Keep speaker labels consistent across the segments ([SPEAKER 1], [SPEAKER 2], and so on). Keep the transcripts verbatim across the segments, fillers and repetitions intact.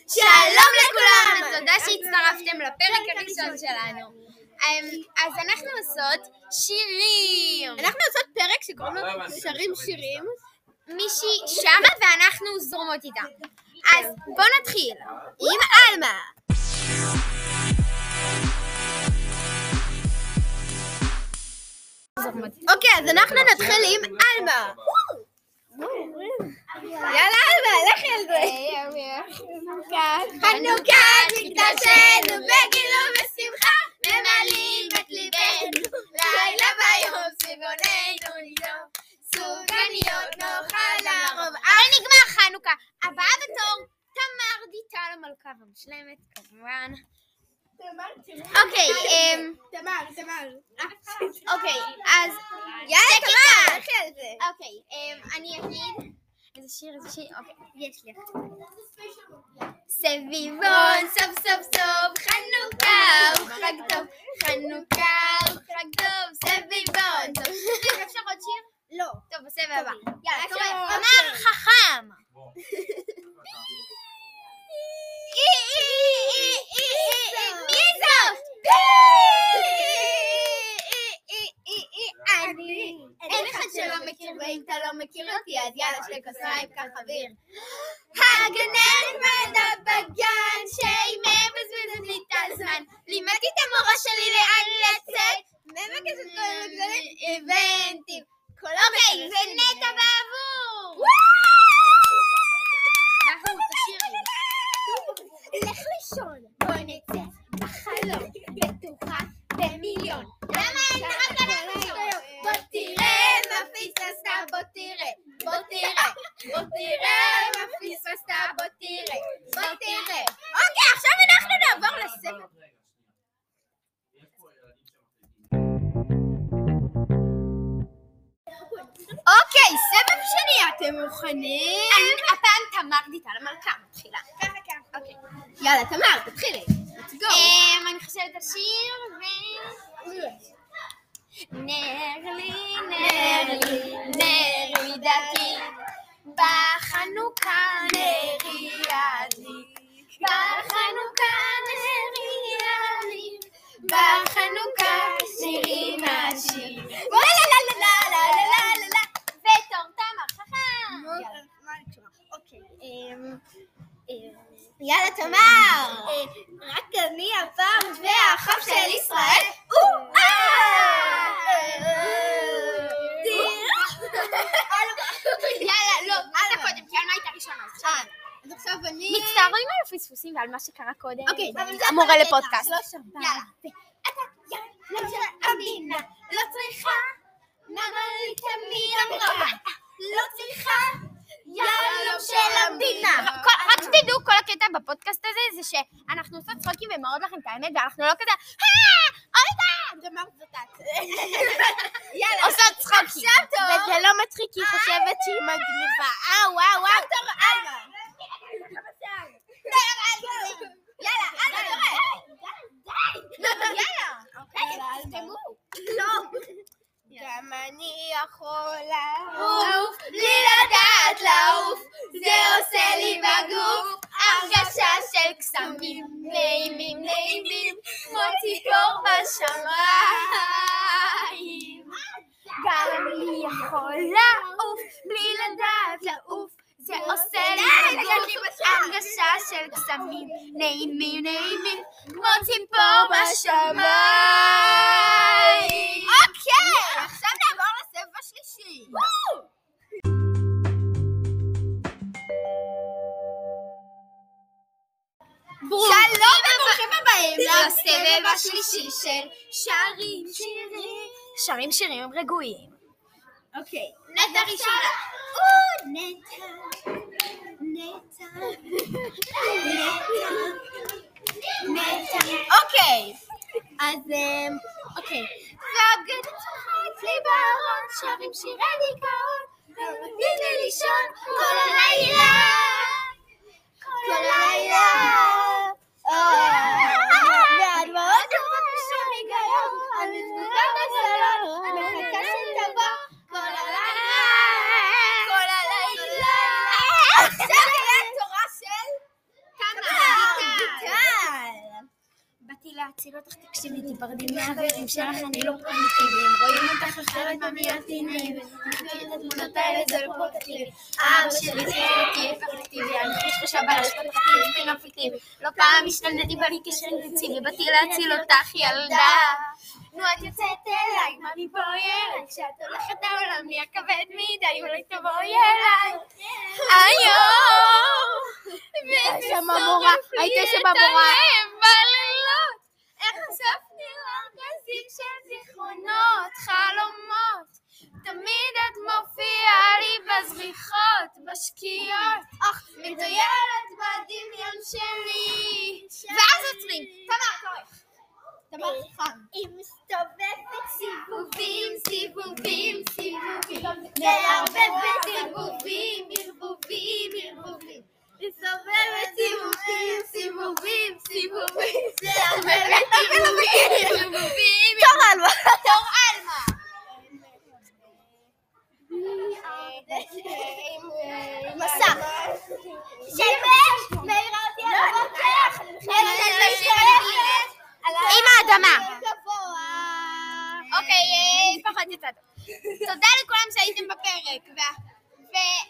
[SPEAKER 1] שלום לכולם, תודה שהצטרפתם לפרק הראשון שלנו. אז אנחנו עושות שירים.
[SPEAKER 2] אנחנו עושות פרק שקוראים לו שרים שירים.
[SPEAKER 1] מישהי שמה ואנחנו זורמות איתה. אז בוא נתחיל עם אלמה.
[SPEAKER 2] אוקיי, אז אנחנו נתחיל עם אלמה. יאללה אלמה, לכי על זה. חנוכת מקדשנו בגילו ושמחה, ממלאים את ליבנו, לילה ויום סביבוננו נדום, סופגניות נאכל לרוב.
[SPEAKER 1] אבל נגמר חנוכה. הבאה בתור תמר דיטל המלכה המושלמת כמובן. אוקיי,
[SPEAKER 2] תמר, תמר.
[SPEAKER 1] אוקיי, אז
[SPEAKER 2] יאללה תמר, לכי על זה.
[SPEAKER 1] אוקיי, אני אגיד איזה שיר, איזה שיר, אוקיי, יש לי. סביבון, סוף סוף סוף, חנוכה הוא חג טוב, חנוכה הוא חג טוב, סביבון, סוף סוף. אפשר עוד שיר?
[SPEAKER 2] לא.
[SPEAKER 1] טוב, בסבב הבא. יאללה, תורא, תמר חכם. מי זאת?
[SPEAKER 2] אני. אין אחד שלא מכיר, ואם אתה לא מכיר אותי, אז יאללה שתי כוסיים כך אוויר.
[SPEAKER 1] הגננת מדע בגן, שהיא מבזבזת לי את הזמן. לימדתי את המורה שלי לאן לצאת.
[SPEAKER 2] מבקשת כל הגדולים.
[SPEAKER 1] הבנתי. אוקיי, ונטע בעבור. אנחנו תשירי.
[SPEAKER 2] לך לישון, בוא נצא בחלום, בטוחה במיליון.
[SPEAKER 1] למה אין רק אנחנו?
[SPEAKER 2] בוא תראה מה פספסת, בוא תראה, בוא תראה, בוא תראה מה פספסת, בוא תראה, בוא תראה. אוקיי, עכשיו אנחנו נעבור לסבב. אוקיי, סבב שני, אתם מוכנים?
[SPEAKER 1] הפעם תמר דיטל המלכה מתחילה.
[SPEAKER 2] ככה ככה. אוקיי. יאללה, תמר, תתחילי. Let's go.
[SPEAKER 1] אני חושבת השיר ו... נר לי, נר לי, נר לי דתי, בחנוכה נרי ידליק, בחנוכה נרי ידליק, בחנוכה שירים השיר. לה לה לה לה לה לה לה לה. ותור תמר חכם.
[SPEAKER 2] אוקיי. יאללה תמר. רק אני הפעם והחם של ישראל.
[SPEAKER 1] יאללה, לא, אתה קודם, כי אלמה הייתה ראשונה.
[SPEAKER 2] אז עכשיו אני...
[SPEAKER 1] מצטערים על הפספוסים ועל מה שקרה קודם.
[SPEAKER 2] אוקיי,
[SPEAKER 1] המורה לפודקאסט.
[SPEAKER 2] יאללה. אתה יאללה של המדינה לא צריכה נמל תמיד אמרה לא צריכה יאללה של המדינה.
[SPEAKER 1] רק שתדעו, כל הקטע בפודקאסט הזה זה שאנחנו עושות צחוקים ומראות לכם את האמת ואנחנו לא כזה אוידה!
[SPEAKER 2] גמר זאתת.
[SPEAKER 1] עושות צחוקים.
[SPEAKER 2] וזה לא מצחיק כי היא חושבת שהיא מגניבה. אה וואו וואו. טוב אלמה. יאללה אלמה תורא. יאללה. יאללה תמו. לא. גם אני יכול לעוף בלי לדעת לעוף, זה עושה לי בגוף הרגשה של קסמים נעימים נעימים כמו ציפור בשמיים.
[SPEAKER 1] גם אני יכול לעוף בלי לדעת לעוף, זה עושה לי בגוף הרגשה של קסמים נעימים נעימים כמו ציפור בשמיים.
[SPEAKER 2] אוקיי, עכשיו נעבור לסבב השלישי. שלום וברוכים הבאים לסבב השלישי של שרים שירים.
[SPEAKER 1] שרים שירים רגועים.
[SPEAKER 2] אוקיי, נטע ראשונה. נטע, נטע, נטע. אוקיי, אז אוקיי. והבגדת שלך אצלי בארון, שרים שירי דיכאון, לא נותנים לי לישון כל הלילה, כל הלילה. והדמעות יורדות משום היגיון, אני סגורה בסלון, אני מחכה שתבוא כל הלילה.
[SPEAKER 1] תקשיבי, תיפרדי מהחברים שלך, אני לא פרימיטיבי. הם רואים אותך אחרת במייתי נעים. אני את התמונות האלה, זה לא פרוקטיבי. אבא שלי זה אותי אפקטיבי. אני חושבת בלש פתחתי ספינה פיקטיבי. לא פעם השתלטתי בלי קשר אינטנסיבי. באתי להציל אותך ילדה. נו את יוצאת אליי, מה מפה ילד? כשאת הולכת העולם נהיה כבד מדי, אולי תבואי אליי. היום
[SPEAKER 2] שם המורה, היית שם המורה.
[SPEAKER 1] בלילות, איך אספתי ארגזים של זיכרונות, חלומות. תמיד את מופיעה לי בזריחות, בשקיעות. אך מטיילת בדמיון שלי. ואז עוצרים. תמר, תורך. תמר חכם.
[SPEAKER 2] היא מסתובבת סיבובים,
[SPEAKER 1] סיבובים, סיבובים.
[SPEAKER 2] מערבבת ערבובים, ערבובים, ערבובים.
[SPEAKER 1] מסתובבת סיבובים, סיבובים, סיבובים. מערבבת ערבובים, ערבובים.
[SPEAKER 2] תור אלמה.
[SPEAKER 1] תור אלמה.
[SPEAKER 2] מסך. שמש, מעירה אותי על הבוקר.
[SPEAKER 1] עם האדמה.
[SPEAKER 2] גבוה.
[SPEAKER 1] אוקיי, פחות יצאת. תודה לכולם שהייתם בפרק,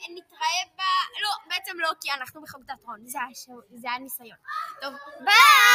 [SPEAKER 1] ונתראה ב... לא, בעצם לא, כי אנחנו בחוג תיאטרון, זה היה ניסיון. טוב, ביי!